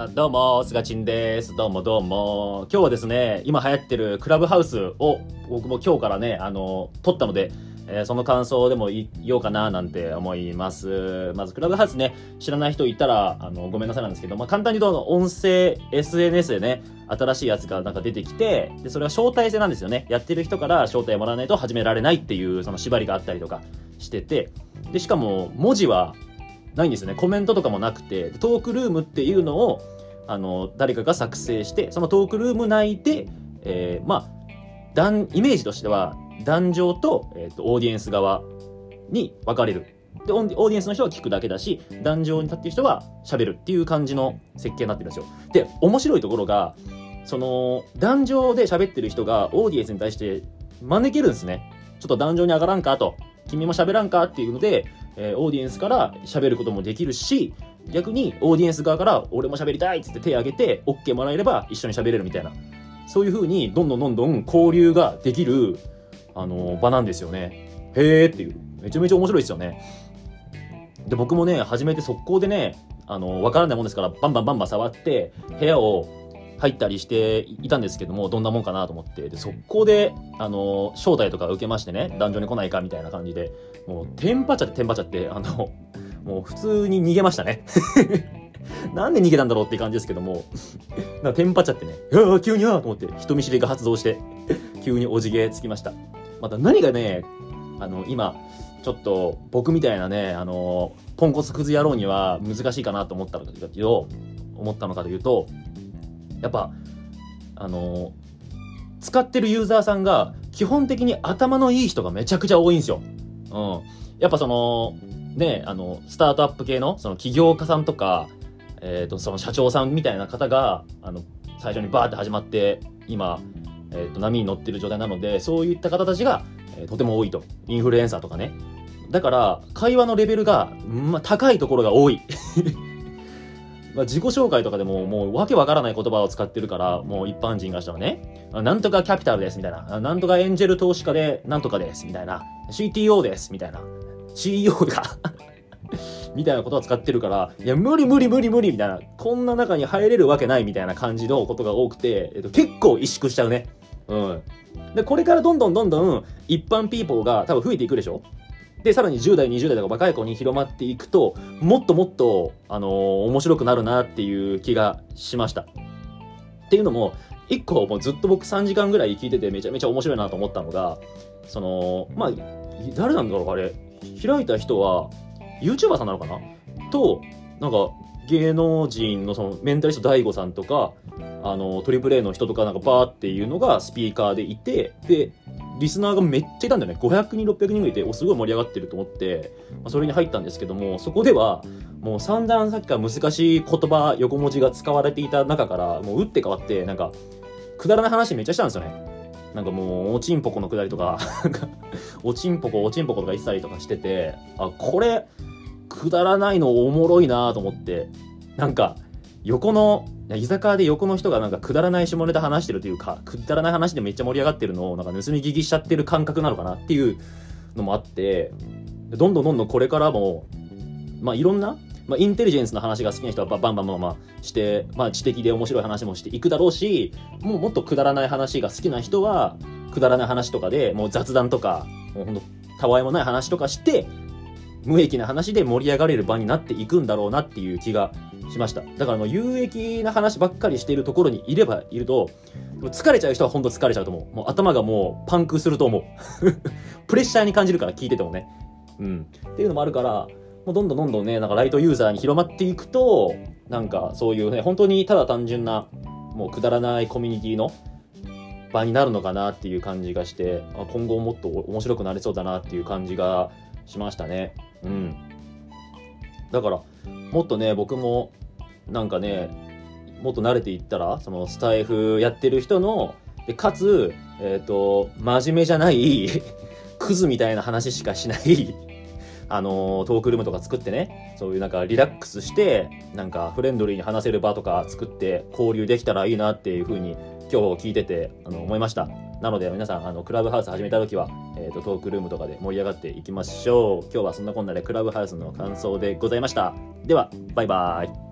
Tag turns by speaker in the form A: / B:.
A: どうも、すがちんです。どうもどうも。今日はですね、今流行ってるクラブハウスを僕も今日からね、撮ったので、その感想でも言おうかななんて思います。まずクラブハウスね、知らない人いたら、ごめんなさいなんですけど、簡単に言うと、音声 SNS でね、新しいやつがなんか出てきて、で、それは招待制なんですよね。やってる人から招待もらわないと始められないっていう、その縛りがあったりとかしてて、で、しかも文字は、ないんですよね。コメントとかもなくて、トークルームっていうのを、誰かが作成して、そのトークルーム内で、イメージとしては、壇上と、オーディエンス側に分かれる。で、オーディエンスの人は聞くだけだし、壇上に立ってる人は喋るっていう感じの設計になってるんですよ。で、面白いところが、その、壇上で喋ってる人がオーディエンスに対して招けるんですね。ちょっと壇上に上がらんかと。君も喋らんかっていうので、オーディエンスから喋ることもできるし、逆にオーディエンス側から俺も喋りたいって言って手を挙げて OK もらえれば一緒に喋れるみたいな、そういう風にどんどん交流ができる、場なんですよね。へーっていう。めちゃめちゃ面白いですよね。で、僕もね、初めて速攻でね、わからないもんですからバンバン触って部屋を入ったりしていたんですけども、どんなもんかなと思って、で、速攻で、招待とか受けましてね、壇上に来ないかみたいな感じで、もう、テンパっちゃって、もう普通に逃げましたね。なんで逃げたんだろうっていう感じですけども、なんかテンパっちゃってね、急にと思って、人見知りが発動して、急におじけつきました。また何がね、今、ちょっと僕みたいなね、ポンコツクズ野郎には難しいかなと思ったのかというと、やっぱ使ってるユーザーさんが基本的に頭のいい人がめちゃくちゃ多いんですよ。やっぱそのね、スタートアップ系のその起業家さんとか、その社長さんみたいな方が最初にバーって始まって今、波に乗ってる状態なので、そういった方たちが、とても多いと。インフルエンサーとかね。だから会話のレベルが、高いところが多い。自己紹介とかでももうわけわからない言葉を使ってるから、もう一般人がしたらね、なんとかキャピタルですみたいな、なんとかエンジェル投資家でなんとかですみたいな、CTO ですみたいな、CEO がみたいなことを使ってるから、いや無理みたいな、こんな中に入れるわけないみたいな感じのことが多くて、結構萎縮しちゃうね。で、これからどんどん一般ピーポーが多分増えていくでしょ。で、さらに10代、20代とか若い子に広まっていくと、もっと面白くなるなっていう気がしました。っていうのも、一個もうずっと僕3時間ぐらい聞いててめちゃめちゃ面白いなと思ったのが、誰なんだろうあれ。開いた人は、YouTuber さんなのかなと、なんか、芸能人のそのメンタリスト DAIGO さんとか、トリプル A の人とかなんかバーっていうのがスピーカーでいて、で、リスナーがめっちゃいたんだよね。500人、600人ぐらいいて、すごい盛り上がってると思って、それに入ったんですけども、そこでは、もう散々さっきから難しい言葉、横文字が使われていた中から、もう打って変わって、なんか、くだらない話めっちゃしたんですよね。なんかもう、おちんぽこのくだりとか、おちんぽことか言ってたりとかしてて、これ、くだらないのおもろいなと思って、なんか、居酒屋で横の人がなんかくだらない下ネタ話してるというか、くだらない話でめっちゃ盛り上がってるのをなんか盗み聞きしちゃってる感覚なのかなっていうのもあって、どんどんこれからも、いろんな、インテリジェンスの話が好きな人はバンして、知的で面白い話もしていくだろうし、もっとくだらない話が好きな人は、くだらない話とかで、もう雑談とか、もうほんと、たわいもない話とかして、無益な話で盛り上がれる場になっていくんだろうなっていう気がしました。だからもう有益な話ばっかりしているところにいると、疲れちゃう人は本当疲れちゃうと思う。もう頭がもうパンクすると思う。プレッシャーに感じるから聞いててもね。っていうのもあるから、もうどんどんね、なんかライトユーザーに広まっていくと、なんかそういうね、本当にただ単純な、もうくだらないコミュニティの場になるのかなっていう感じがして、今後もっと面白くなりそうだなっていう感じがしましたね。だからもっとね、僕もなんかね、もっと慣れていったら、そのスタイフやってる人ので、かつ真面目じゃないクズみたいな話しかしないトークルームとか作ってね、そういうなんかリラックスしてなんかフレンドリーに話せる場とか作って交流できたらいいなっていう風に今日聞いてて思いました。なので皆さんクラブハウス始めた時は、トークルームとかで盛り上がっていきましょう。今日はそんなこんなでクラブハウスの感想でございました。ではバイバーイ。